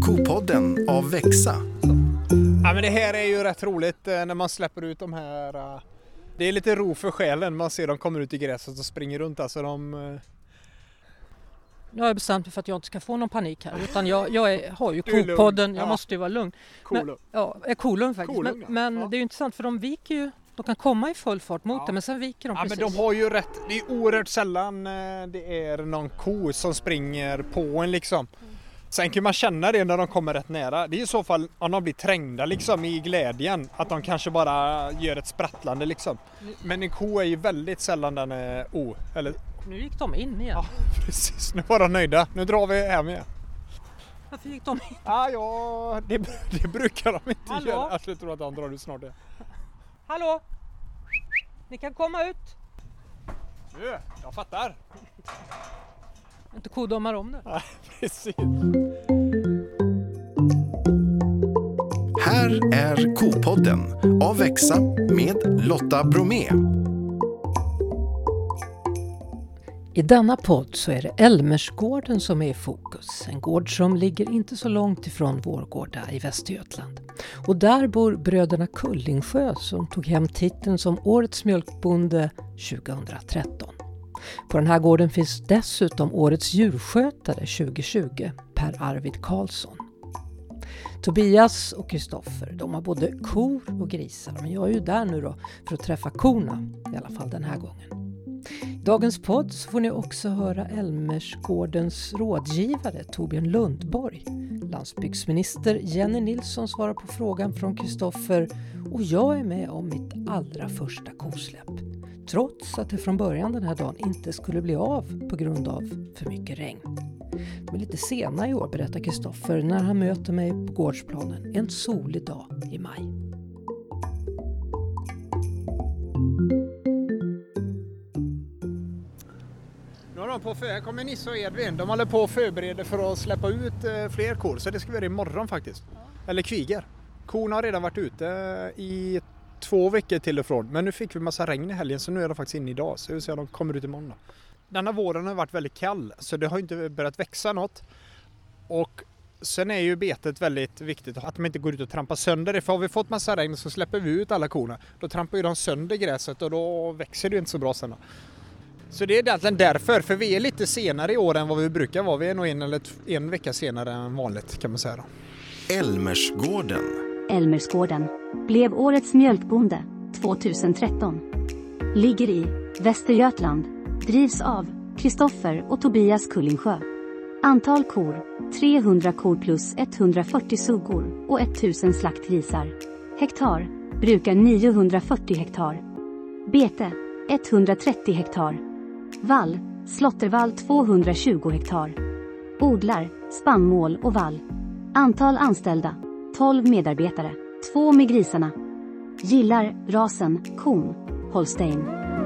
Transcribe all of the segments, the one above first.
Kopodden av Växa. Ja, men det här är ju rätt roligt när man släpper ut de här. Det är lite ro för själen. Man ser dem kommer ut i gräset och springer runt. Alltså Nu har jag bestämt mig för att jag inte ska få någon panik här. Utan jag har ju Kopodden, jag måste ju vara lugn. Kolugn. Ja, är kolugn faktiskt. Men det är ju intressant för de viker ju. De kan komma i full fart mot det, men sen viker de precis. Men de har ju rätt. Det är oerhört sällan det är någon ko som springer på en liksom. Sen kan man känna det när de kommer rätt nära. Det är i så fall om de blir trängda liksom i glädjen. Att de kanske bara gör ett sprattlande liksom. Men en ko är ju väldigt sällan den är Nu gick de in igen. Ja, precis. Nu var de nöjda. Nu drar vi hem igen. Varför gick de in? Ja, det brukar de inte Hallå? göra. Jag tror att de drar ut snart det. Hallå? Ni kan komma ut. Nu, jag fattar. Inte kodomar om det. Ja, precis. Här är Kopodden av Växa med Lotta Bromé. I denna podd så är det Älmersgården som är i fokus. En gård som ligger inte så långt ifrån vår gård där i Västergötland. Och där bor bröderna Kullingsjö som tog hem titeln som Årets mjölkbonde 2013. På den här gården finns dessutom Årets djurskötare 2020, Per Arvid Karlsson. Tobias och Kristoffer, de har både kor och grisar. Men jag är ju där nu då för att träffa korna, i alla fall den här gången. I dagens podd så får ni också höra Älmersgårdens rådgivare Torbjörn Lundborg. Landsbygdsminister Jenny Nilsson svarar på frågan från Kristoffer och jag är med om mitt allra första kosläpp. Trots att det från början den här dagen inte skulle bli av på grund av för mycket regn. Men lite senare i år berättar Kristoffer när han möter mig på gårdsplanen en solig dag i maj. Nu har de här kommer Nisse och Edvin. De håller på att förbereda för att släppa ut fler kor. Så det ska vi göra imorgon faktiskt. Eller kviger. Korna har redan varit ute i 2 veckor till och från. Men nu fick vi massa regn i helgen så nu är de faktiskt inne idag. Så vi ser att de kommer ut imorgon. Denna våren har varit väldigt kall så det har inte börjat växa något. Och sen är ju betet väldigt viktigt att de inte går ut och trampar sönder det. För har vi fått massa regn så släpper vi ut alla korna. Då trampar ju de sönder gräset och då växer det ju inte så bra sen. Så det är egentligen därför, för vi är lite senare i år än vad vi brukar vara. Vi är nog en vecka senare än vanligt kan man säga då. Älmersgården. Älmersgården blev Årets mjölkbonde 2013. Ligger i Västergötland. Drivs av Kristoffer och Tobias Kullingsjö. Antal kor 300 kor plus 140 suggor och 1000 slaktgrisar. Hektar brukar 940 hektar. Bete 130 hektar. Vall, slåttervall 220 hektar. Odlar, spannmål och vall. Antal anställda, 12 medarbetare, 2 med grisarna. Gillar rasen, kon, Holstein.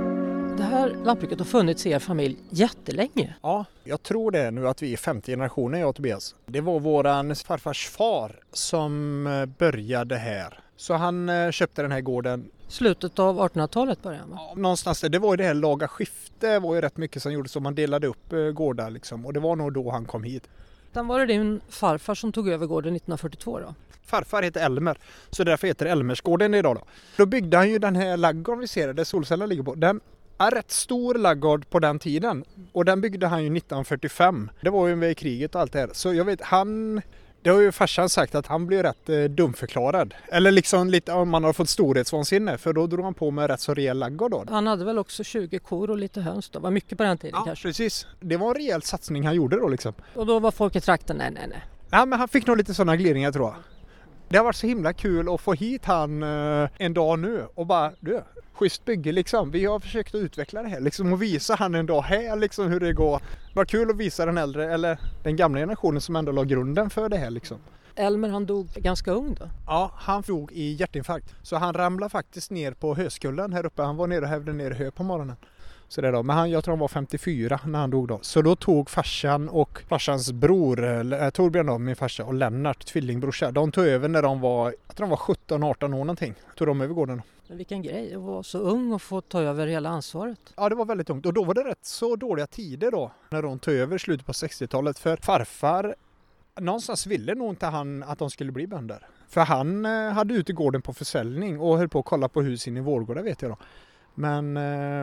Det här lantbruket har funnits i er familj jättelänge. Ja, jag tror det nu att vi är 50 generationer jag och Tobias. Det var våran farfars far som började här. Så han köpte den här gården. Slutet av 1800-talet började va? Ja, någonstans där. Det var ju det här laga skifte. Det var ju rätt mycket som gjordes så man delade upp gårdar liksom. Och det var nog då han kom hit. Sen var det din farfar som tog över gården 1942 då? Farfar heter Elmer, så därför heter det Älmersgården idag då. Då byggde han ju den här laggården vi ser där solcellerna ligger på. Den är rätt stor laggård på den tiden. Och den byggde han ju 1945. Det var ju med kriget och allt det här. Så jag vet, det har ju farsan sagt att han blev rätt dumförklarad. Eller liksom lite om man har fått storhetsvansinne. För då drog han på med rätt så rejäl laggård då. Han hade väl också 20 kor och lite höns då. Var mycket på den tiden kanske. Ja, precis. Det var en rejäl satsning han gjorde då liksom. Och då var folk i trakten, nej. Ja, men han fick nog lite sådana glidningar tror jag. Det har varit så himla kul att få hit han en dag nu och bara, schysst bygge liksom. Vi har försökt att utveckla det här liksom och visa han en dag här liksom hur det går. Det var kul att visa den äldre eller den gamla generationen som ändå la grunden för det här liksom. Elmer han dog ganska ung då? Ja, han dog i hjärtinfarkt. Så han ramlade faktiskt ner på höskullen här uppe. Han var nere och hävde ner hö på morgonen. Så det då. Men jag tror han var 54 när han dog då. Så då tog farsan och farsans bror, Torbjörn då, min farsa, och Lennart, tvillingbrorsa. De tog över när de var, jag tror de var 17-18 år någonting. Tog de över gården. Men vilken grej att vara så ung och få ta över hela ansvaret. Ja, det var väldigt ungt. Och då var det rätt så dåliga tider då. När de tog över slutet på 60-talet. För farfar någonstans ville nog inte han att de skulle bli bönder. För han hade ute gården på försäljning och höll på att kolla på hus in i Vårgårda, vet jag då. Men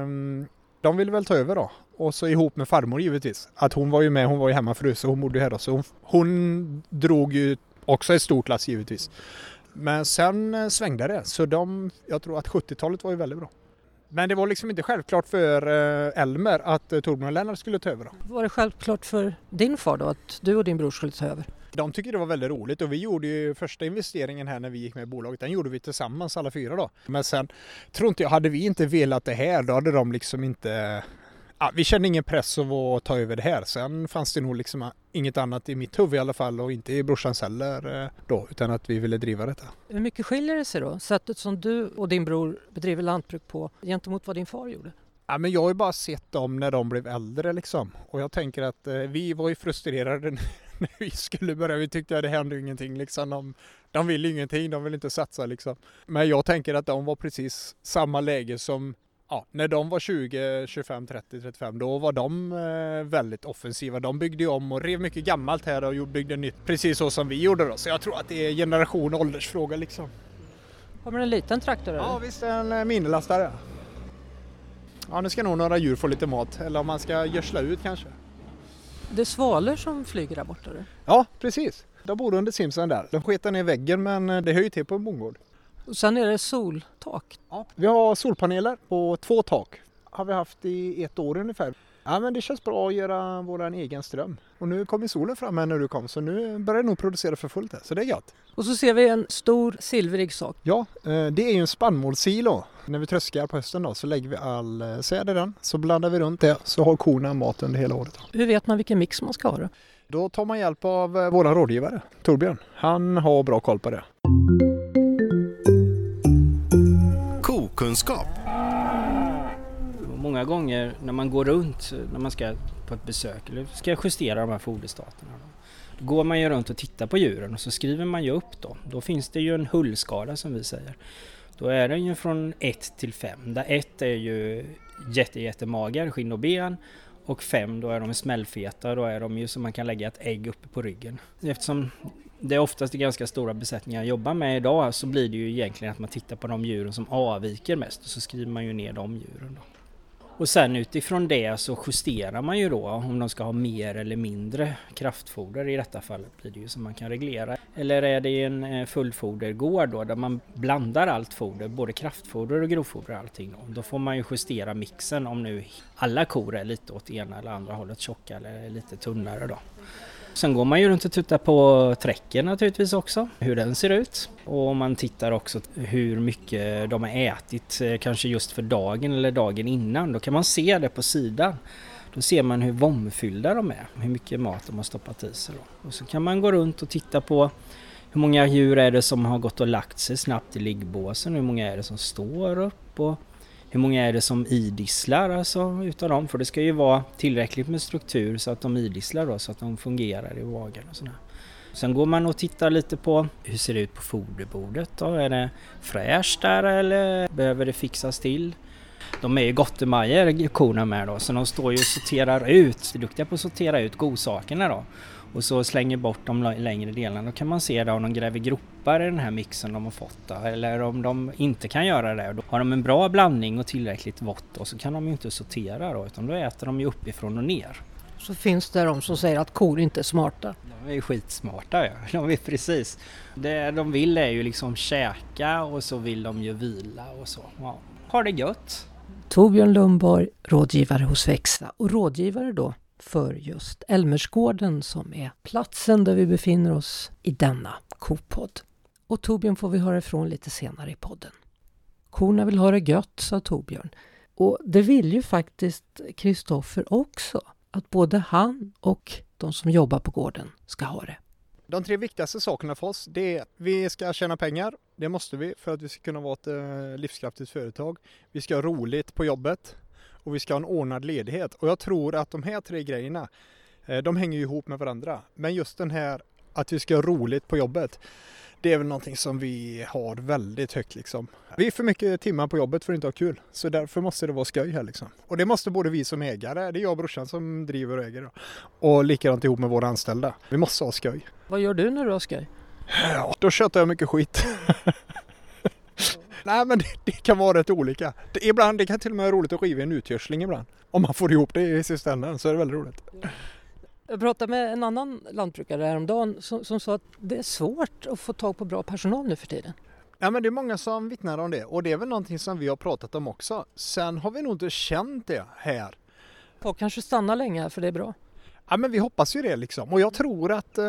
de ville väl ta över då. Och så ihop med farmor givetvis. Att hon var ju med, hon var ju hemmafru så hon bodde här då. Så hon drog ju också ett stort lass givetvis. Men sen svängde det. Så jag tror att 70-talet var ju väldigt bra. Men det var liksom inte självklart för Elmer att Torbjörn och Lennart skulle ta över då. Var det självklart för din far då att du och din bror skulle ta över? De tycker det var väldigt roligt och vi gjorde ju första investeringen här när vi gick med i bolaget. Den gjorde vi tillsammans alla 4 då. Men sen tror inte jag, hade vi inte velat det här då hade de liksom inte... Ja, vi kände ingen press att ta över det här. Sen fanns det nog liksom inget annat i mitt huvud i alla fall och inte i brorsans heller då, utan att vi ville driva detta. Hur mycket skiljer det sig då? Sättet som du och din bror bedriver lantbruk på gentemot vad din far gjorde? Ja, men jag har ju bara sett dem när de blev äldre liksom. Och jag tänker att vi var ju frustrerade när vi skulle börja. Vi tyckte att det hände ingenting liksom. De ville ingenting, de ville inte satsa liksom. Men jag tänker att de var precis samma läge som när de var 20, 25, 30, 35 då var de väldigt offensiva. De byggde om och rev mycket gammalt här och byggde nytt precis så som vi gjorde då. Så jag tror att det är generation och åldersfråga liksom. Har man en liten traktor eller? Ja visst, en minilastare. Ja, nu ska nog några djur få lite mat eller om man ska gödsla ut kanske. Det är svalor som flyger där borta du? Ja, precis. De bor under simsen där. De sketar ner väggen men det höjer till på en bondgård. Och sen är det soltak. Ja, vi har solpaneler på 2 tak. Har vi haft i 1 år ungefär. Ja, men det känns bra att göra våran egen ström. Och nu kommer solen fram här när du kom så nu börjar det nog producera för fullt här. Så det är gött. Och så ser vi en stor silverig sak. Ja, det är ju en spannmålssilo. När vi tröskar på hösten då så lägger vi all säd i den. Så blandar vi runt det så har korna mat under hela året. Hur vet man vilken mix man ska ha då? Då tar man hjälp av våran rådgivare, Torbjörn. Han har bra koll på det. Kokunskap. Många gånger när man går runt, när man ska på ett besök eller ska justera de här foderstaterna. Då går man ju runt och tittar på djuren och så skriver man ju upp då. Då finns det ju en hullskala som vi säger. Då är den ju från 1 till 5. Där 1 är ju jättemager, skinn och ben. Och 5 då är de smällfeta, då är de ju så man kan lägga ett ägg uppe på ryggen. Eftersom det är oftast ganska stora besättningar jag jobbar med idag så blir det ju egentligen att man tittar på de djuren som avviker mest och så skriver man ju ner de djuren då. Och sen utifrån det så justerar man ju då om de ska ha mer eller mindre kraftfoder. I detta fallet blir det ju som man kan reglera. Eller är det en fullfodergård då där man blandar allt foder, både kraftfoder och grovfoder och allting. Då får man ju justera mixen om nu alla kor är lite åt ena eller andra hållet tjocka eller lite tunnare då. Sen går man ju runt och tittar på träcken naturligtvis också, hur den ser ut. Och man tittar också hur mycket de har ätit, kanske just för dagen eller dagen innan. Då kan man se det på sidan. Då ser man hur vomfyllda de är, hur mycket mat de har stoppat i sig då. Och så kan man gå runt och titta på hur många djur är det som har gått och lagt sig snabbt i liggbåsen, hur många är det som står upp och hur många är det som idisslar alltså utav dem, för det ska ju vara tillräckligt med struktur så att de idisslar då, så att de fungerar i magen och sådär. Sen går man och tittar lite på hur ser det ut på foderbordet då, är det fräscht där eller behöver det fixas till? De är ju gottemajer korna med då, så de står ju och sorterar ut, är duktiga på att sortera ut godsakerna då. Och så slänger bort de längre delarna. Då kan man se då om de gräver gropar i den här mixen de har fått då, eller om de inte kan göra det. Då har de en bra blandning och tillräckligt vått och så kan de ju inte sortera då, utan då äter de ju uppifrån och ner. Så finns det de som säger att kor inte är smarta. De är ju skitsmarta, ja. De är precis. Det de vill är ju liksom käka och så vill de ju vila och så. Ja. Har det gött. Torbjörn Lundborg, rådgivare hos Växa och rådgivare då för just Elmersgården som är platsen där vi befinner oss i denna kopodd. Och Torbjörn får vi höra ifrån lite senare i podden. Korna vill ha det gött, sa Torbjörn. Och det vill ju faktiskt Kristoffer också. Att både han och de som jobbar på gården ska ha det. De 3 viktigaste sakerna för oss det är att vi ska tjäna pengar. Det måste vi för att vi ska kunna vara ett livskraftigt företag. Vi ska ha roligt på jobbet. Och vi ska ha en ordnad ledighet. Och jag tror att de här 3 grejerna, de hänger ihop med varandra. Men just den här att vi ska ha roligt på jobbet. Det är väl någonting som vi har väldigt högt liksom. Vi är för mycket timmar på jobbet för att inte ha kul. Så därför måste det vara skoj här liksom. Och det måste både vi som ägare, det är jag och brorsan som driver och äger då. Och likadant ihop med våra anställda. Vi måste ha skoj. Vad gör du när du har skoj? Ja, då köttar jag mycket skit. Nej, men det kan vara rätt olika. Ibland det kan till och med vara roligt att skiva en utgörsling ibland. Om man får ihop det i sista änden så är det väldigt roligt. Jag pratade med en annan lantbrukare häromdagen som sa att det är svårt att få tag på bra personal nu för tiden. Ja, men det är många som vittnar om det och det är väl någonting som vi har pratat om också. Sen har vi nog inte känt det här. Folk kanske stannar länge här för det är bra. Ja, men vi hoppas ju det liksom. Och jag tror att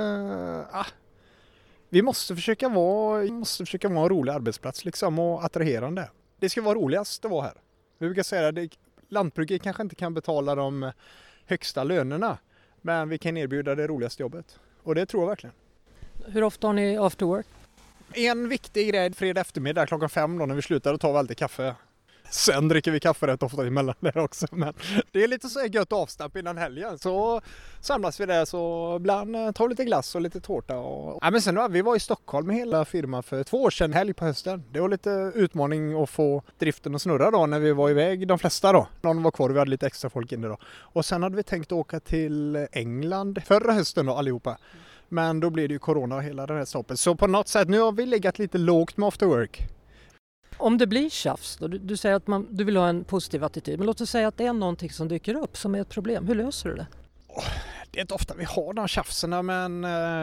vi måste försöka vara en rolig arbetsplats liksom och attraherande. Det ska vara roligast att vara här. Vi brukar säga att lantbruket kanske inte kan betala de högsta lönerna. Men vi kan erbjuda det roligaste jobbet. Och det tror jag verkligen. Hur ofta har ni after work? En viktig grej fredag eftermiddag 5:00 då när vi slutar och tar vi alltid kaffe. Sen dricker vi kaffe rätt ofta emellan där också. Men det är lite så gött avstamp innan helgen. Så samlas vi där så ibland tar lite glass och lite tårta. Ja, men sen vi var i Stockholm med hela firman för 2 år sedan, helg på hösten. Det var lite utmaning att få driften att snurra då när vi var iväg, de flesta då. Någon var kvar och vi hade lite extra folk inne då. Och sen hade vi tänkt åka till England förra hösten då allihopa. Men då blev det ju corona och hela det här stoppet. Så på något sätt, nu har vi legat lite lågt med after work. Om det blir tjafs då, du säger att du vill ha en positiv attityd, men låt oss säga att det är någonting som dyker upp som är ett problem. Hur löser du det? Det är inte ofta vi har de tjafserna, men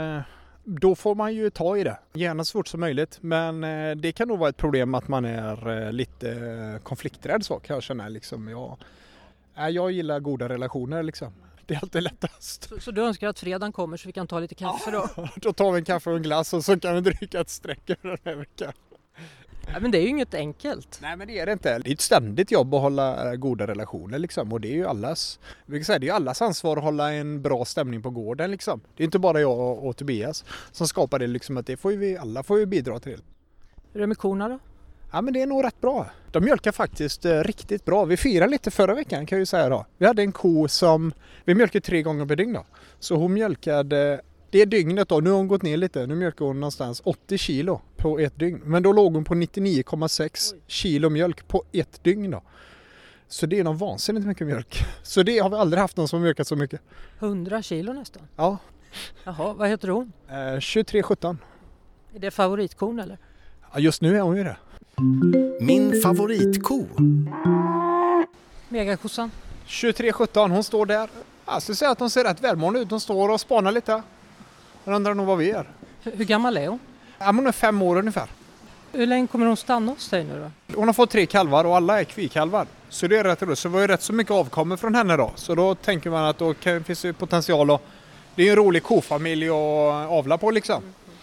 då får man ju ta i det. Gärna så fort som möjligt, men det kan nog vara ett problem att man är lite konflikträdd så kan jag känna. Liksom. Jag gillar goda relationer liksom. Det är alltid lättast. Så du önskar att fredagen kommer så vi kan ta lite kaffe då? Då tar vi en kaffe och en glass och så kan vi dricka ett streck över den här veckan. Nej, men det är ju inget enkelt. Nej, men det är det inte. Det är ett ständigt jobb att hålla goda relationer liksom. Och det är ju allas, vi kan säga, det är allas ansvar att hålla en bra stämning på gården liksom. Det är inte bara jag och Tobias som skapar det liksom, att det får vi alla bidra till. Hur är det med korna då? Ja, men det är nog rätt bra. De mjölkar faktiskt riktigt bra. Vi firade lite förra veckan kan jag ju säga då. Vi hade en ko som, vi mjölkade 3 gånger per dygn då. Så hon mjölkade, det dygnet då, nu har hon gått ner lite. Nu mjölkar hon någonstans 80 kilo på ett dygn. Men då låg hon på 99,6 kilo mjölk på ett dygn då. Så det är någon vansinnigt mycket mjölk. Så det har vi aldrig haft någon som har mjölkat så mycket. 100 kilo nästan? Ja. Jaha, vad heter hon? 2317. Är det favoritkon eller? Ja, just nu är hon ju det. Min favoritko. Megakossan? 2317, hon står där. Jag skulle säga att hon ser rätt välmående ut. Hon står och spanar lite. Hon undrar nog vad vi är. Hur gammal är hon? Ja, hon är 5 år ungefär. Hur länge kommer hon stanna hos dig nu då? Hon har fått 3 kalvar och alla är kvikalvar. Så det är rätt roligt. Så det var ju rätt så mycket avkommer från henne då. Så då tänker man att då finns det potential. Och det är en rolig kofamilj att avla på liksom.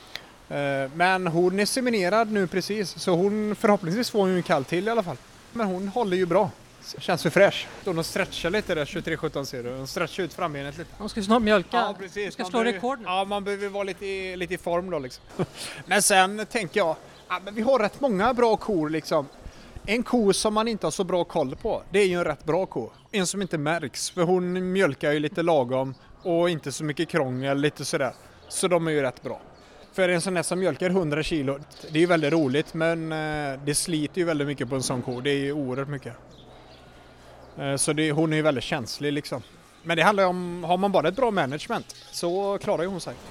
Men hon är seminerad nu precis. Så hon förhoppningsvis får ju en kall till i alla fall. Men hon håller ju bra. Känns ju fräsch. Hon stretchar lite där 2317 ser du. Hon stretchar ut frambenet lite. Hon ska snart mjölka. Ja, precis. Hon ska slå rekord nu. Ja, man behöver vara lite i form då liksom. Men sen tänker jag, men vi har rätt många bra kor liksom. En ko som man inte har så bra koll på, det är ju en rätt bra ko. En som inte märks, för hon mjölkar ju lite lagom och inte så mycket krångel, lite sådär. Så de är ju rätt bra. För en sån här som mjölkar 100 kilo, det är ju väldigt roligt, men det sliter ju väldigt mycket på en sån ko. Det är ju oerhört mycket. Så hon är ju väldigt känslig liksom. Men det handlar ju om, har man bara ett bra management så klarar ju hon sig.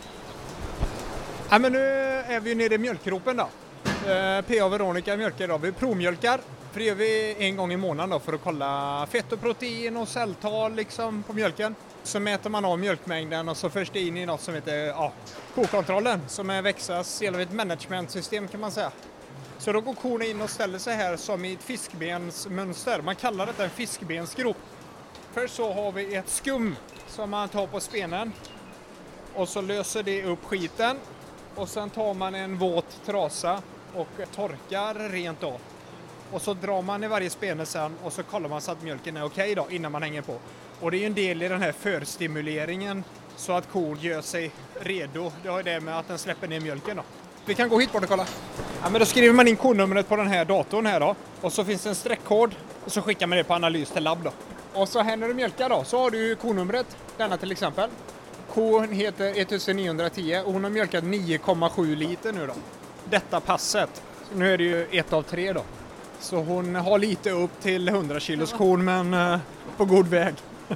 Ja, men nu är vi ju nere i mjölkgropen då. P.A. Veronica mjölkar då. Vi provmjölkar. För det gör vi en gång i månaden då för att kolla fett och protein och celltal liksom på mjölken. Så mäter man av mjölkmängden och så förs det in i något som heter kokontrollen. Som är Växas hela ett managementsystem kan man säga. Så då går korna in och ställer sig här som i ett fiskbensmönster. Man kallar det en fiskbensgrop. Först så har vi ett skum som man tar på spenen. Och så löser det upp skiten. Och sen tar man en våt trasa och torkar rent av. Och så drar man i varje spene sen och så kollar man så att mjölken är okej då innan man hänger på. Och det är ju en del i den här förstimuleringen så att kon gör sig redo. Det har det med att den släpper ner mjölken då. Vi kan gå hit bort och kolla. Ja, men då skriver man in kodnumret på den här datorn här då. Och så finns det en streckkod och så skickar man det på analys till labb då. Och så här när du mjölkar då så har du kodnumret, denna till exempel. Kon heter 1910 och hon har mjölkat 9,7 liter nu då. detta passet. Nu är det ju 1 av 3 då. Så hon har lite upp till 100 kilos kon, men på god väg.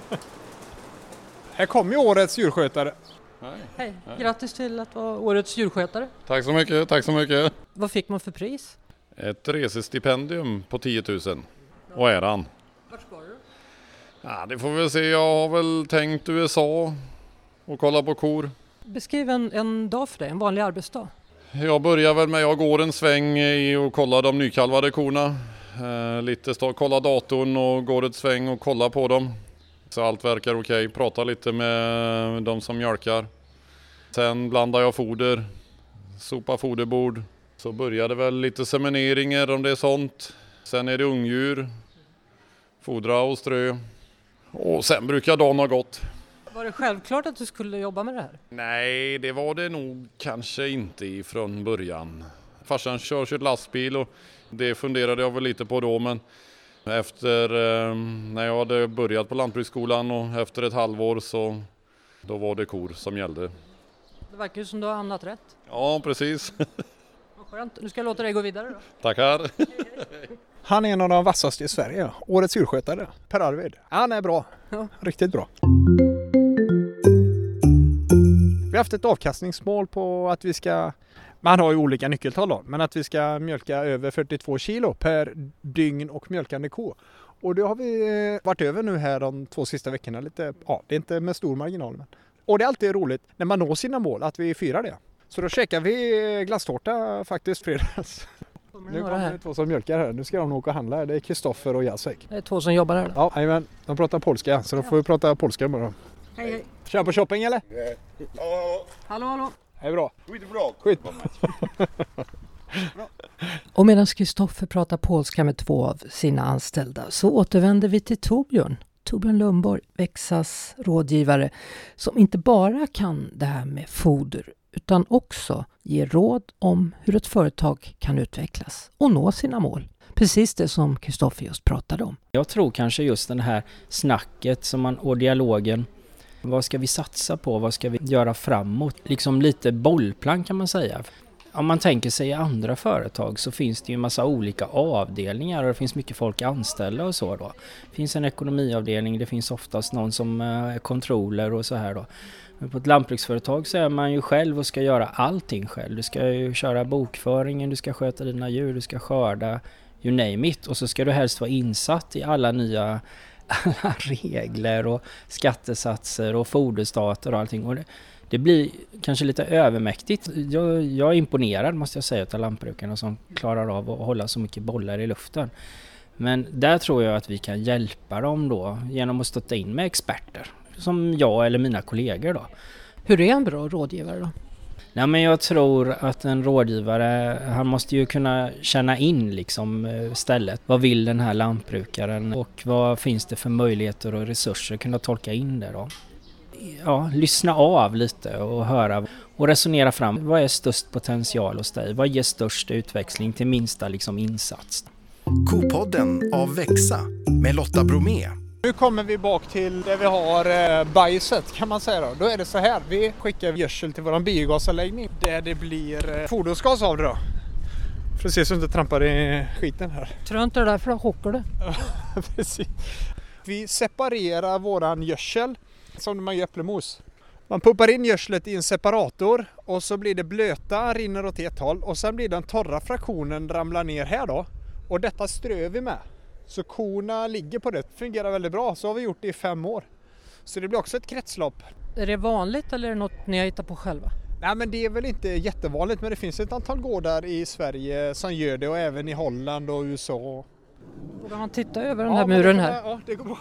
Här kommer ju årets djurskötare. Hej, grattis till att vara årets djurskötare. Tack så mycket, tack så mycket. Vad fick man för pris? Ett resestipendium på 10 000. Och äran. Vart ska du? Ja, det får vi se. Jag har väl tänkt USA och kolla på kor. Beskriv en dag för dig, en vanlig arbetsdag. Jag börjar väl med, jag går en sväng i och kollar de nykalvade korna. Kolla datorn och går ett sväng och kollar på dem. Så allt verkar okej. Pratar lite med de som mjölkar. Sen blandar jag foder, sopar foderbord. Så börjar det väl lite semineringar om det är sånt. Sen är det ungdjur, fodra och strö. Och sen brukar dagen ha gått. Var det självklart att du skulle jobba med det här? Nej, det var det nog kanske inte ifrån början. Farsan kör sitt lastbil och det funderade jag väl lite på då, men efter när jag hade börjat på lantbruksskolan och efter ett halvår så då var det kor som gällde. Det verkar ju som du har hamnat rätt. Ja, precis. Vad skönt. Nu ska jag låta dig gå vidare då. Tackar. Han är en av de vassaste i Sverige. Årets djurskötare, Per Arvid. Han är bra. Ja, riktigt bra. Vi har haft ett avkastningsmål på att vi ska, man har ju olika nyckeltal då, men att vi ska mjölka över 42 kilo per dygn och mjölkande ko. Och det har vi varit över nu här de 2 sista veckorna lite, ja, det är inte med stor marginal. Men. Och det är alltid roligt när man når sina mål att vi firar det. Så då käkar vi glasstårta faktiskt fredags. Nu kommer det 2 som mjölkar här. Nu ska de åka och handla. Det är Kristoffer och Jacek. Det är 2 som jobbar här då. Ja, men de pratar polska så då får vi prata polska med dem. Hej, hej. Kör på shopping eller? Hallå, hallå. Det är bra. Skit. Och medan Kristoffer pratar polska med 2 av sina anställda så återvänder vi till Torbjörn Lundborg, Växas rådgivare, som inte bara kan det här med foder utan också ger råd om hur ett företag kan utvecklas och nå sina mål. Precis det som Kristoffer just pratade om. Jag tror kanske just den här snacket och dialogen. Vad ska vi satsa på? Vad ska vi göra framåt? Liksom lite bollplan kan man säga. Om man tänker sig i andra företag så finns det ju en massa olika avdelningar och det finns mycket folk anställda och så då. Det finns en ekonomiavdelning, det finns oftast någon som är controller och så här då. Men på ett lantbruksföretag så är man ju själv och ska göra allting själv. Du ska ju köra bokföringen, du ska sköta dina djur, du ska skörda, you name it. Och så ska du helst vara insatt i alla nya regler och skattesatser och foderstater och allting. Och det blir kanske lite övermäktigt. Jag är imponerad måste jag säga av lantbrukarna som klarar av att hålla så mycket bollar i luften. Men där tror jag att vi kan hjälpa dem då genom att stötta in med experter. Som jag eller mina kollegor då. Hur är en bra rådgivare då? Nej, men jag tror att en rådgivare, han måste ju kunna känna in liksom stället. Vad vill den här lantbrukaren och vad finns det för möjligheter och resurser att kunna tolka in det då? Ja, lyssna av lite och höra och resonera fram. Vad är störst potential hos dig? Vad ger störst utväxling till minsta liksom insats? Kopodden av Växa med Lotta Bromé. Nu kommer vi bak till där vi har bajset kan man säga då. Då är det så här, vi skickar gödsel till våran biogasanläggning där det blir fordonsgas av det då. För att se så inte trampar i skiten här. Tror inte det där för då chockar det. Precis. Vi separerar våran gödsel som man gör äppelmos. Man pumpar in gödslet i en separator och så blir det blöta, rinner åt ett håll och sen blir den torra fraktionen ramlar ner här då. Och detta strör vi med. Så korna ligger på det. Fungerar väldigt bra. Så har vi gjort det i 5 år. Så det blir också ett kretslopp. Är det vanligt eller är det något ni har hittat på själva? Nej, men det är väl inte jättevanligt. Men det finns ett antal gårdar i Sverige som gör det. Och även i Holland och USA. Borde man titta över den här muren här? Ja, det går bra.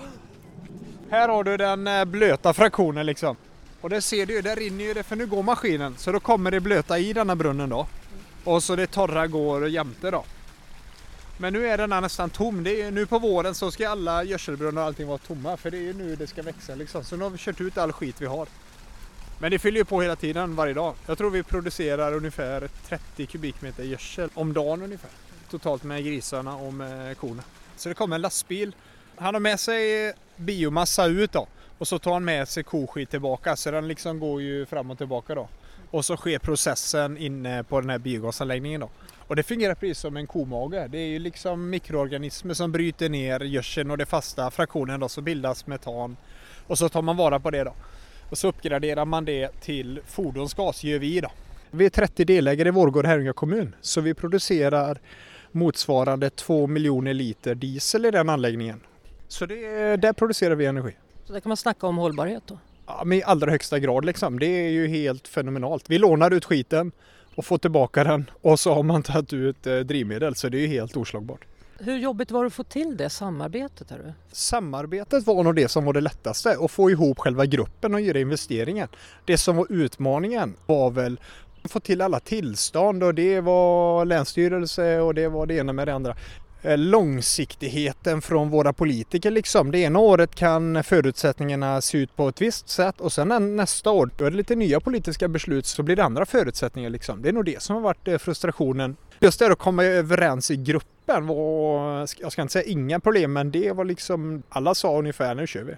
Här har du den blöta fraktionen liksom. Och det ser du ju, där rinner ju det för nu går maskinen. Så då kommer det blöta i denna brunnen då. Och så det torra går jämte då. Men nu är den nästan tom. Det är, nu på våren så ska alla gödselbrunnar och allting vara tomma. För det är ju nu det ska växa liksom. Så nu har vi kört ut all skit vi har. Men det fyller ju på hela tiden varje dag. Jag tror vi producerar ungefär 30 kubikmeter gödsel om dagen ungefär. Totalt med grisarna och med korna. Så det kommer en lastbil. Han har med sig biomassa ut då. Och så tar han med sig koskit tillbaka. Så den liksom går ju fram och tillbaka då. Och så sker processen inne på den här biogasanläggningen då. Och det fungerar precis som en komage. Det är ju liksom mikroorganismer som bryter ner gödseln och det fasta fraktionen då, så bildas metan. Och så tar man vara på det då. Och så uppgraderar man det till fordonsgas, gör vi då. Vi är 30 delägare i Vårgårda Herrljunga kommun. Så vi producerar motsvarande 2 miljoner liter diesel i den anläggningen. Så där producerar vi energi. Så där kan man snacka om hållbarhet då? Ja, men i allra högsta grad liksom. Det är ju helt fenomenalt. Vi lånar ut skiten och får tillbaka den och så har man tagit ut drivmedel, så det är ju helt oslagbart. Hur jobbigt var det att få till det samarbetet? Samarbetet var nog det som var det lättaste, att få ihop själva gruppen och göra investeringen. Det som var utmaningen var väl att få till alla tillstånd, och det var länsstyrelse och det var det ena med det andra. Långsiktigheten från våra politiker liksom. Det ena året kan förutsättningarna se ut på ett visst sätt och sen nästa år då är det lite nya politiska beslut, så blir det andra förutsättningar liksom. Det är nog det som har varit frustrationen. Just det att komma överens i gruppen var, jag ska inte säga inga problem, men det var liksom, alla sa ungefär, nu kör vi.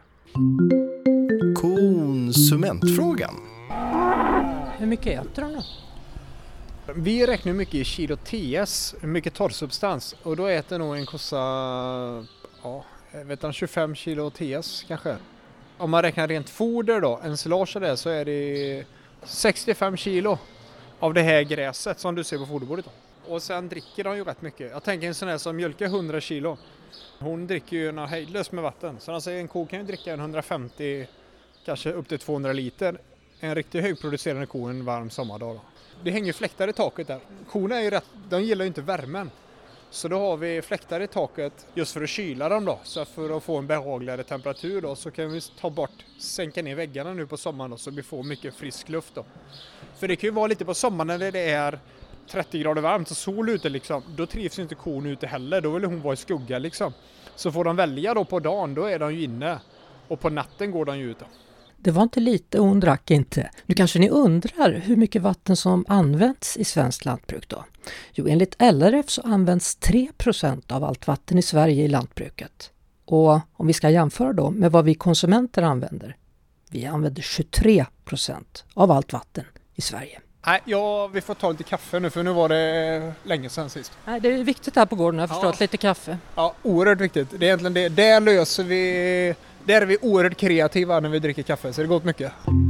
Konsumentfrågan. Hur mycket äter de då? Vi räknar mycket i kilo TS, mycket torrsubstans, och då äter nog en kossa, ja, jag vet inte, 25 kilo TS kanske. Om man räknar rent foder då, ensilage där, så är det 65 kilo av det här gräset som du ser på foderbordet då. Och sen dricker de ju rätt mycket. Jag tänker en sån här som mjölkar 100 kilo. Hon dricker ju något hejdlöst med vatten. Så alltså en ko kan ju dricka 150, kanske upp till 200 liter. En riktigt högproducerande ko en varm sommardag då. Det hänger fläktar i taket där. Korna är ju de gillar ju inte värmen. Så då har vi fläktar i taket just för att kyla dem då. Så för att få en behagligare temperatur då, så kan vi sänka ner väggarna nu på sommaren då, så vi får mycket frisk luft då. För det kan ju vara lite på sommaren när det är 30 grader varmt och sol ute liksom. Då trivs inte kon ute heller. Då vill hon vara i skugga liksom. Så får de välja då på dagen, då är de ju inne. Och på natten går de ju ut då. Det var inte lite och hon drack inte. Nu kanske ni undrar hur mycket vatten som används i svenskt lantbruk då? Jo, enligt LRF så används 3% av allt vatten i Sverige i lantbruket. Och om vi ska jämföra då med vad vi konsumenter använder. Vi använder 23% av allt vatten i Sverige. Nej, vi får ta lite kaffe nu, för nu var det länge sedan sist. Nej, det är viktigt här på gården, jag förstår, lite kaffe. Ja, oerhört viktigt. Det är egentligen det. Där löser vi... Där är vi oerhört kreativa när vi dricker kaffe, så det går åt mycket.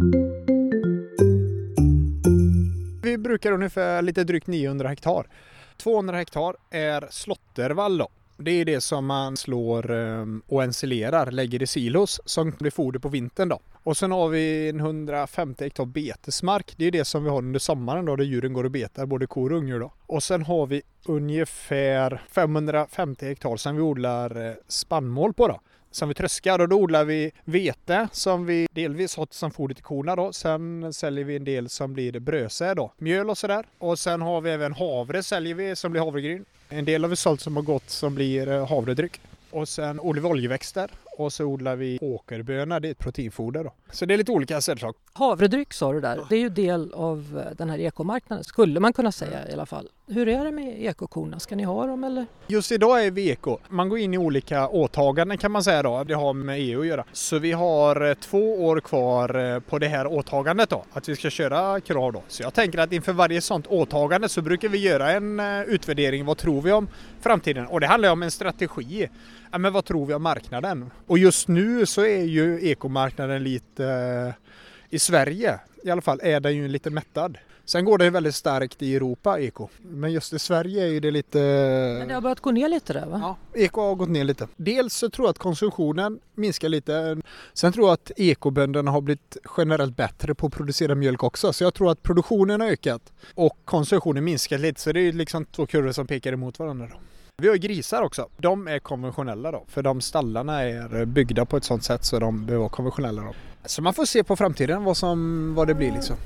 Vi brukar ungefär lite drygt 900 hektar. 200 hektar är slåttervall då. Det är det som man slår och ensilerar, lägger i silos som blir foder på vintern då. Och sen har vi 150 hektar betesmark. Det är det som vi har under sommaren då, där djuren går och betar, både kor och ungdjur då. Och sen har vi ungefär 550 hektar som vi odlar spannmål på då. Som vi tröskar, och då odlar vi vete som vi delvis har som foder till korna då. Sen säljer vi en del som blir brödsäd då, mjöl och sådär. Och sen har vi även havre säljer vi som blir havregryn. En del har vi sålt som har gått som blir havredryck. Och sen odlar vi oljeväxter och så odlar vi åkerbönor, det är ett proteinfoder då. Så det är lite olika sädesslag. Havredryck sa du där, det är ju del av den här ekomarknaden, skulle man kunna säga i alla fall. Hur är det med ekokorna? Ska ni ha dem eller? Just idag är vi eko. Man går in i olika åtaganden kan man säga då, det har med EU att göra. Så vi har 2 år kvar på det här åtagandet då, att vi ska köra krav då. Så jag tänker att inför varje sånt åtagande så brukar vi göra en utvärdering, vad tror vi om framtiden? Och det handlar om en strategi. Ja, men vad tror vi om marknaden? Och just nu så är ju ekomarknaden lite, i Sverige i alla fall, är den ju lite mättad. Sen går det väldigt starkt i Europa, eko. Men just i Sverige är ju det lite... Men det har börjat gå ner lite där va? Ja, eko har gått ner lite. Dels så tror jag att konsumtionen minskar lite. Sen tror jag att ekobönderna har blivit generellt bättre på att producera mjölk också. Så jag tror att produktionen har ökat och konsumtionen minskat lite. Så det är liksom 2 kurvor som pekar emot varandra då. Vi har grisar också. De är konventionella då. För de stallarna är byggda på ett sånt sätt så de behöver vara konventionella då. Så man får se på framtiden vad det blir liksom.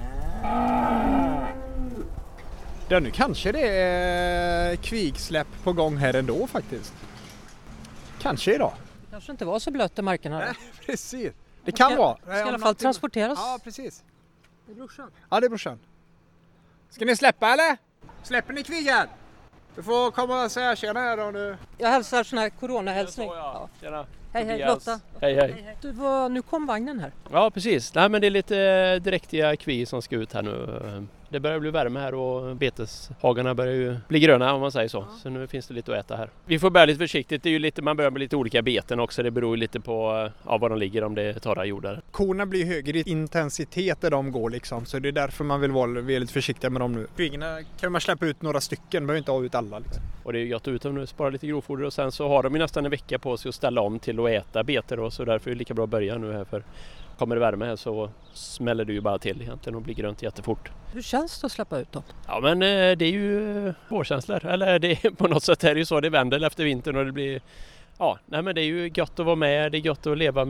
Ja, nu kanske det är kvigsläpp på gång här ändå faktiskt. Kanske idag. Det kanske inte var så blött i marken här. Nej, precis. Det kan vara. Det ska i alla fall transporteras. Ja, precis. Det är brorsan. Ja, det är brorsan. Ska ni släppa eller? Släpper ni kvigen? Du får komma och säga tjena här om du... Jag hälsar sån här coronahälsning. Ja. Tjena. Hej, Lotta. Hej. Du, nu kom vagnen här. Ja, precis. Nej, men det är lite dräktiga kvi som ska ut här nu. Det börjar bli värme här och beteshagarna börjar ju bli gröna om man säger så. Ja. Så nu finns det lite att äta här. Vi får börja lite försiktigt. Det är ju lite, man börjar med lite olika beten också. Det beror ju lite på var de ligger, om det är torra jordar. Korna blir högre i intensitet där de går liksom. Så det är därför man vill vara lite försiktiga med dem nu. Kvinnorna kan man släppa ut några stycken, behöver inte ha ut alla liksom. Och det är ju gott att ut dem nu, spara lite grovfoder och sen så har de ju nästan en vecka på sig att ställa om till att äta beter och så därför är det lika bra att börja nu här, för kommer det värme här så smäller det ju bara till egentligen och blir grönt jättefort. Hur känns det att släppa ut dem? Ja, men det är ju vårkänslor, eller det är, på något sätt är det ju så, det vänder efter vintern och det blir, ja, nej men det är ju gott att vara med, det är gott att leva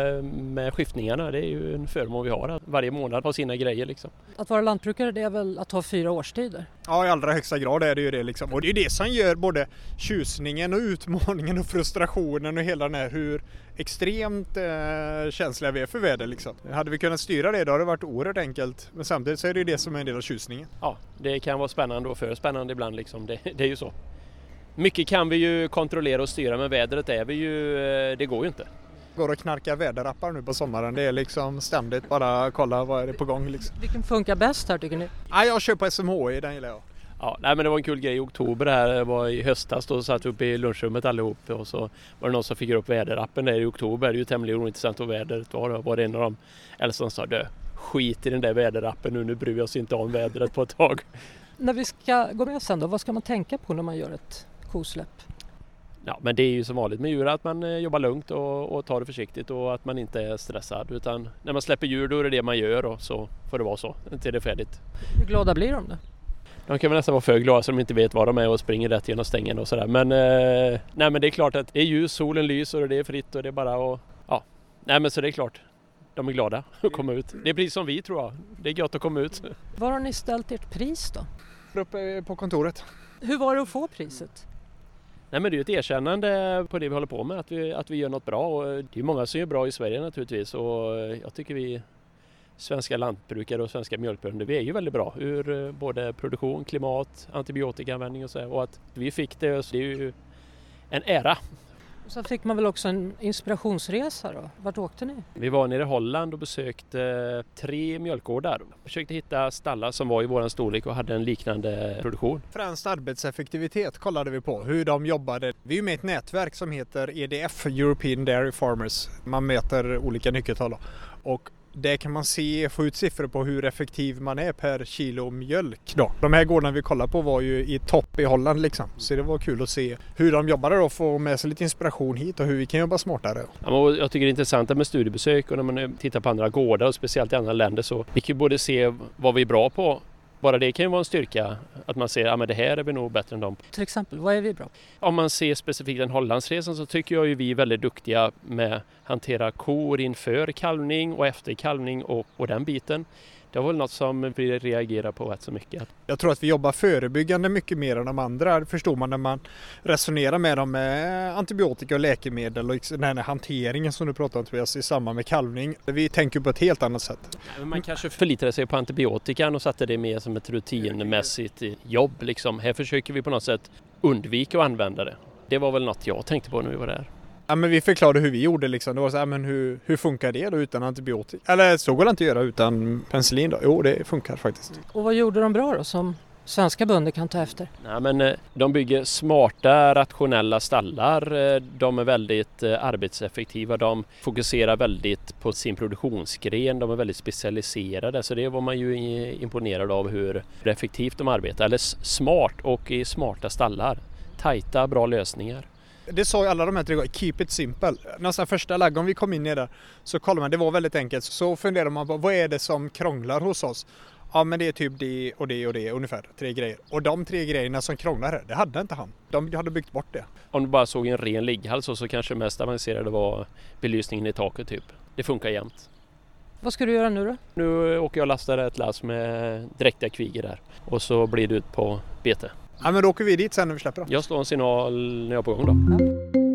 med skiftningarna, det är ju en förmån vi har att varje månad ha sina grejer liksom. Att vara lantbrukare, det är väl att ha 4 årstider? Ja, i allra högsta grad är det ju det liksom. Och det är ju det som gör både tjusningen och utmaningen och frustrationen och hela den här hur extremt känsliga vi är för väder liksom. Hade vi kunnat styra det då hade det varit oerhört enkelt. Men samtidigt så är det ju det som är en del av tjusningen. Ja, det kan vara spännande och för spännande ibland liksom, det är ju så. Mycket kan vi ju kontrollera och styra, men vädret är vi ju, det går ju inte. Går och knarkar väderappar nu på sommaren, det är liksom ständigt bara kolla vad är det på gång liksom. Vilken funkar bäst här tycker ni? Ja, jag kör på SMHI, den gillar jag. Ja, nej, men det var en kul grej i oktober här, det var i höstas då satt vi uppe i lunchrummet allihop och så var det någon som fick upp väderappen där i oktober. Det är ju tämligen ointressant vad vädret var det en av de äldsta som sa skit i den där väderappen nu bryr jag oss inte om vädret på ett tag. När vi ska gå med sen då, vad ska man tänka på när man gör ett kosläpp? Ja, men det är ju som vanligt med djur att man jobbar lugnt och tar det försiktigt och att man inte är stressad, utan när man släpper djur då är det det man gör och så får det vara så till det är färdigt. Hur glada blir de då? De kan väl nästan vara för glada så de inte vet var de är och springer rätt genom stängen och sådär. Men, nej, men det är klart att det är ljus, solen lyser och det är fritt och det är bara att, ja, nej men så det är klart. De är glada att komma ut. Det är precis som vi tror jag. Det är gott att komma ut. Var har ni ställt ert pris då? Uppe på kontoret. Hur var det att få priset? Nej, men det är ju ett erkännande på det vi håller på med, att vi gör något bra och det är många som gör bra i Sverige naturligtvis och jag tycker vi svenska lantbrukare och svenska mjölkbönder, vi är ju väldigt bra ur både produktion, klimat, antibiotikaanvändning och så här, och att vi fick det, så det är ju en ära. Och så fick man väl också en inspirationsresa då? Vart åkte ni? Vi var nere i Holland och besökte 3 mjölkgårdar. Försökte hitta stallar som var i våran storlek och hade en liknande produktion. Främst arbetseffektivitet kollade vi på, hur de jobbade. Vi är ju med i ett nätverk som heter EDF, European Dairy Farmers. Man mäter olika nyckeltal och där kan man få ut siffror på hur effektiv man är per kilo mjölk då. De här gårdarna vi kollade på var ju i topp i Holland liksom. Så det var kul att se hur de jobbade då, få med sig lite inspiration hit och hur vi kan jobba smartare. Ja, jag tycker det är intressant med studiebesök och när man tittar på andra gårdar och speciellt i andra länder så vi kan både se vad vi är bra på. Bara det kan ju vara en styrka att man ser att det här är vi nog bättre än dem. Till exempel, vad är vi bra? Om man ser specifikt den Hollandsresan så tycker jag ju vi är väldigt duktiga med att hantera kor inför kalvning och efter kalvning och den biten. Det var väl något som vi reagerar på rätt så mycket. Jag tror att vi jobbar förebyggande mycket mer än de andra. Det förstår man när man resonerar med dem med antibiotika och läkemedel och den här hanteringen som du pratade om Tobias i samband med kalvning. Vi tänker på ett helt annat sätt. Man kanske förlitar sig på antibiotikan och satte det mer som ett rutinmässigt jobb. Liksom. Här försöker vi på något sätt undvika att använda det. Det var väl något jag tänkte på när vi var där. Ja, men vi förklarade hur vi gjorde liksom. Det var så här, men hur funkar det då utan antibiotika? Eller så går det inte att göra utan penicillin då? Jo, det funkar faktiskt. Och vad gjorde de bra då som svenska bönder kan ta efter? Nej, men de bygger smarta, rationella stallar. De är väldigt arbetseffektiva. De fokuserar väldigt på sin produktionsgren. De är väldigt specialiserade. Så det var man ju imponerad av hur effektivt de arbetar. Eller smart och i smarta stallar. Tajta, bra lösningar. Det sa ju alla de här 3 gångerna, keep it simple. Nästan första läget om vi kom in i det så kollade man, det var väldigt enkelt. Så funderade man på, vad är det som krånglar hos oss? Ja, men det är typ det och det och det, ungefär 3 grejer. Och de 3 grejerna som krånglar, det hade inte han. De hade byggt bort det. Om du bara såg en ren ligghals så kanske mest avancerade var belysningen i taket typ. Det funkar jämt. Vad ska du göra nu då? Nu åker jag och lastar ett lass med dräktiga kviger där. Och så blir det ut på bete. Ja, men då åker vi dit sen när vi släpper dem. Jag slår en signal när jag är på gång då. Ja.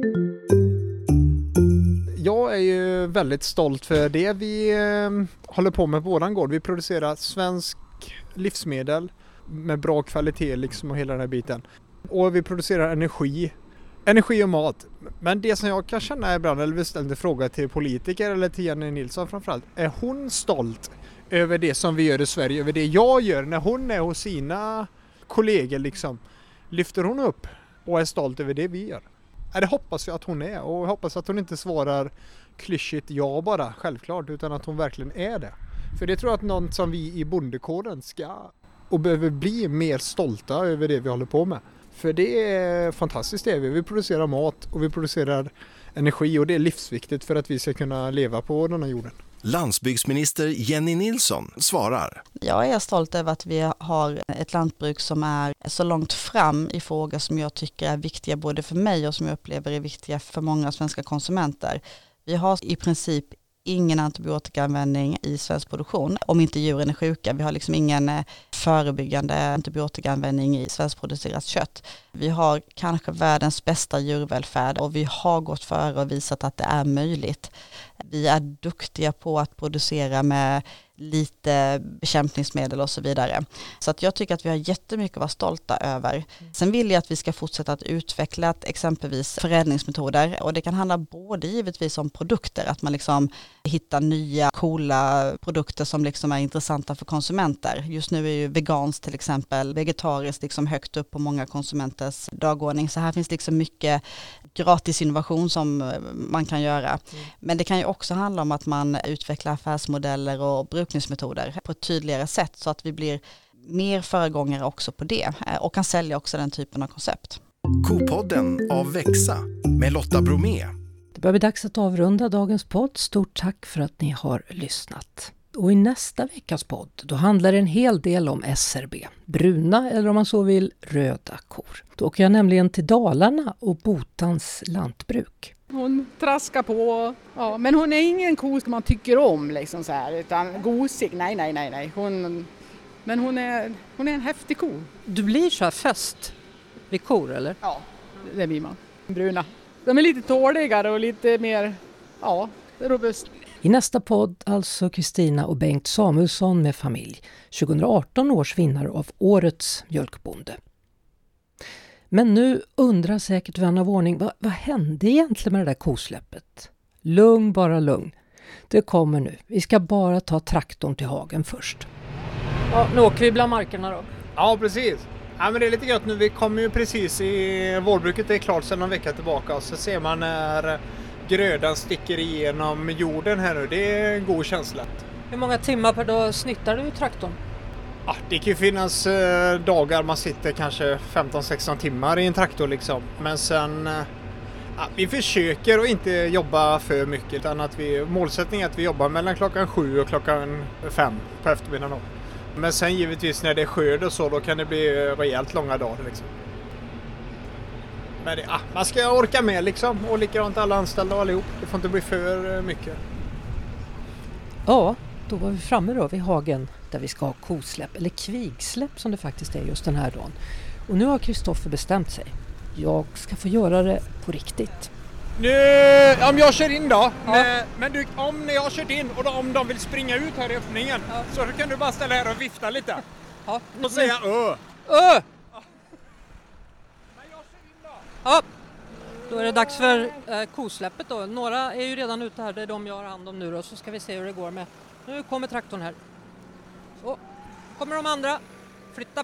Jag är ju väldigt stolt för det vi håller på med på våran gård. Vi producerar svensk livsmedel med bra kvalitet liksom och hela den här biten. Och vi producerar energi och mat. Men det som jag kan känna ibland, eller vi ställde fråga till politiker eller till Jenny Nilsson framförallt, är hon stolt över det som vi gör i Sverige, över det jag gör när hon är hos sina kollegor liksom? Lyfter hon upp och är stolt över det vi gör? Det hoppas jag att hon är, och jag hoppas att hon inte svarar klyschigt ja bara, självklart, utan att hon verkligen är det. För det tror jag att någon som vi i bondekåren ska och behöver bli mer stolta över det vi håller på med. För det är fantastiskt det vi producerar mat och vi producerar energi, och det är livsviktigt för att vi ska kunna leva på den här jorden. Landsbygdsminister Jenny Nilsson svarar. Jag är stolt över att vi har ett lantbruk som är så långt fram i frågor som jag tycker är viktiga både för mig och som jag upplever är viktiga för många svenska konsumenter. Vi har i princip ingen antibiotikaanvändning i svensk produktion om inte djuren är sjuka. Vi har liksom ingen förebyggande antibiotikaanvändning i svenskproducerat kött. Vi har kanske världens bästa djurvälfärd och vi har gått före och visat att det är möjligt. Vi är duktiga på att producera med lite bekämpningsmedel och så vidare. Så att jag tycker att vi har jättemycket att vara stolta över. Sen vill jag att vi ska fortsätta att utveckla exempelvis förädlingsmetoder, och det kan handla både givetvis om produkter, att man liksom hittar nya coola produkter som liksom är intressanta för konsumenter. Just nu är ju veganskt till exempel, vegetariskt liksom högt upp på många konsumenters dagordning, så här finns liksom mycket gratis innovation som man kan göra. Men det kan ju också handla om att man utvecklar affärsmodeller och brukningsmetoder på ett tydligare sätt så att vi blir mer föregångare också på det och kan sälja också den typen av koncept. Kopodden av Växa med Lotta Bromé. Det börjar bli dags att avrunda dagens podd. Stort tack för att ni har lyssnat. Och i nästa veckas podd då handlar det en hel del om SRB. Bruna eller om man så vill röda kor. Då åker jag nämligen till Dalarna och Botans lantbruk. Hon traskar på, ja, men hon är ingen ko som man tycker om liksom så här, utan gosig, nej. Men hon är en häftig ko. Du blir så här fäst vid kor eller? Ja, det blir man. Bruna. De är lite tåligare och lite mer, ja, robust. I nästa podd alltså Kristina och Bengt Samuelsson med familj. 2018 års vinnare av årets mjölkbonde. Men nu undrar säkert vän av ordning, vad hände egentligen med det där kosläppet? Lugn, bara lugn. Det kommer nu. Vi ska bara ta traktorn till hagen först. Ja, nu åker vi bland markerna då. Ja, precis. Ja, men det är lite gött nu. Vi kommer ju precis i vårbruket, det är klart sedan någon vecka tillbaka. Och så ser man när grödan sticker igenom jorden här nu. Det är en god känsla. Hur många timmar per dag snittar du i traktorn? Ja, det kan ju finnas dagar man sitter kanske 15-16 timmar i en traktor liksom. Men sen, vi försöker att inte jobba för mycket, utan att målsättningen är att vi jobbar mellan klockan 7 och klockan 5 på eftermiddagen. Men sen givetvis när det är skörd och så, då kan det bli rejält långa dagar liksom. Men man ska orka med liksom, och likadant alla anställda och allihop. Det får inte bli för mycket. Ja, då var vi framme då vid hagen där vi ska ha kosläpp, eller kvigsläpp som det faktiskt är just den här dagen. Och nu har Kristoffer bestämt sig. Jag ska få göra det på riktigt. Nu, om jag kör in då, ja. Men du, om jag har kört in och om de vill springa ut här i öppningen, ja, så kan du bara ställa här och vifta lite. Ja. Och säga ö. Men jag kör in då. Ja. Då är det dags för kosläppet då. Några är ju redan ute här, det är de jag har hand om nu då. Så ska vi se hur det går med. Nu kommer traktorn här. Så, kommer de andra. Flytta.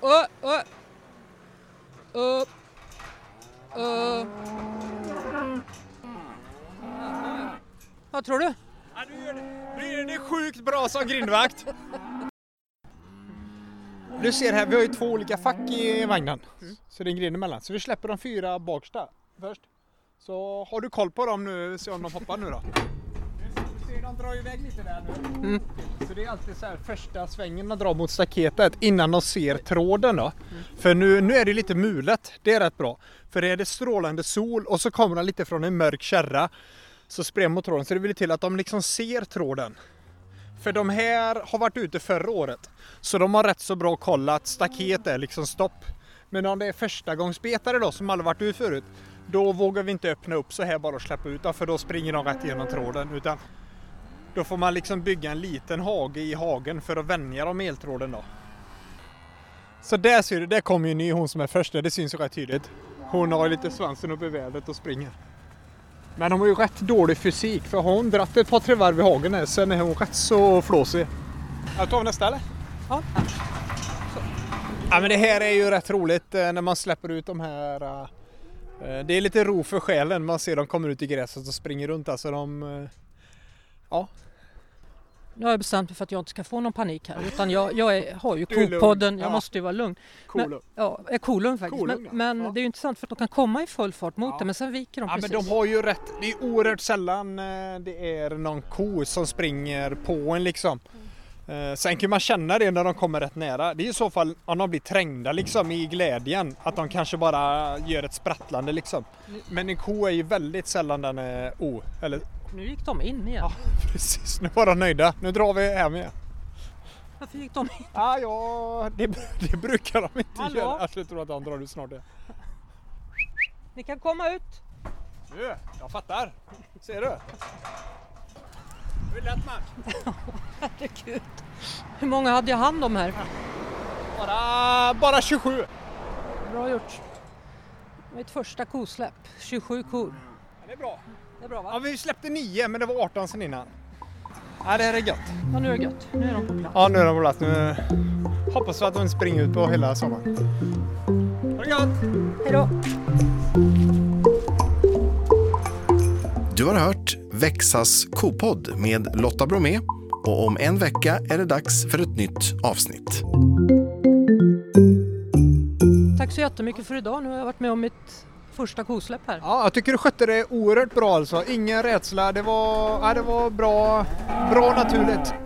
Vad tror du? Ja, du gör det sjukt bra som grindvakt. Du ser här, vi har ju 2 olika fack i vagnen. Så det är en grind emellan. Så vi släpper de 4 baksta först. Så har du koll på dem nu, se om de hoppar nu då. Du ser, de drar iväg lite där nu. Så det är alltid så här, första svängen man drar mot staketet innan de ser tråden då. För nu är det lite mulet, det är rätt bra. För det är det strålande sol och så kommer den lite från en mörk kärra. Så spred mot tråden, så det vill till att de liksom ser tråden. För de här har varit ute förra året. Så de har rätt så bra koll att staket är liksom stopp. Men om det är första gångsbetare då som aldrig varit ut förut, då vågar vi inte öppna upp så här bara och släppa ut. För då springer de rätt igenom tråden. Utan då får man liksom bygga en liten hage i hagen för att vänja dem eltråden då. Så där ser du, där kommer ju ny hon som är första, det syns ju rätt tydligt. Hon har lite svansen upp i vädret och springer. Men hon har ju rätt dålig fysik för hon dratt ett par tre varv i hagen här, sen är hon rätt så flåsig. Jag tar nästa eller? Ja. Ja men det här är ju rätt roligt när man släpper ut de här. Det är lite ro för själen, man ser dem kommer ut i gräset och springer runt. Alltså ja. Nu har jag bestämt mig för att jag inte ska få någon panik här. Utan jag har ju Kopodden, jag måste ju vara lugn. Är kolugn faktiskt. Kolugn, men det är ju intressant för att de kan komma i full fart mot det, men sen viker de precis. Men de har ju rätt, det är oerhört sällan det är någon ko som springer på en liksom. Sen kan man känna det när de kommer rätt nära. Det är i så fall om de blir trängda liksom i glädjen. Att de kanske bara gör ett sprattlande liksom. Men en ko är ju väldigt sällan den är Nu gick de in igen. Ja, precis. Nu var de nöjda. Nu drar vi hem igen. Varför gick de in? Ja, det brukar de inte göra. Jag tror att de drar ut snart det. Ni kan komma ut. Nu, jag fattar. Ser du? Det är lätt match. Herregud. Hur många hade jag hand om här? Bara 27. Bra gjort. Mitt första kosläpp. 27 kor. Ja, det är bra. Det är bra va? Ja, vi släppte 9 men det var 18 sen innan. Ja, det här är gött. Ja, nu är det gött. Nu är de på plats. Ja, nu är de på plats. Nu hoppas vi att de springer ut på hela sommaren. Ha det gött! Hej då! Du har hört Växas kopodd med Lotta Bromé och om en vecka är det dags för ett nytt avsnitt. Tack så jättemycket för idag. Nu har jag varit med om mitt första kosläpp här. Ja, jag tycker du skötte det oerhört bra alltså. Ingen rädsla. Det var bra naturligt.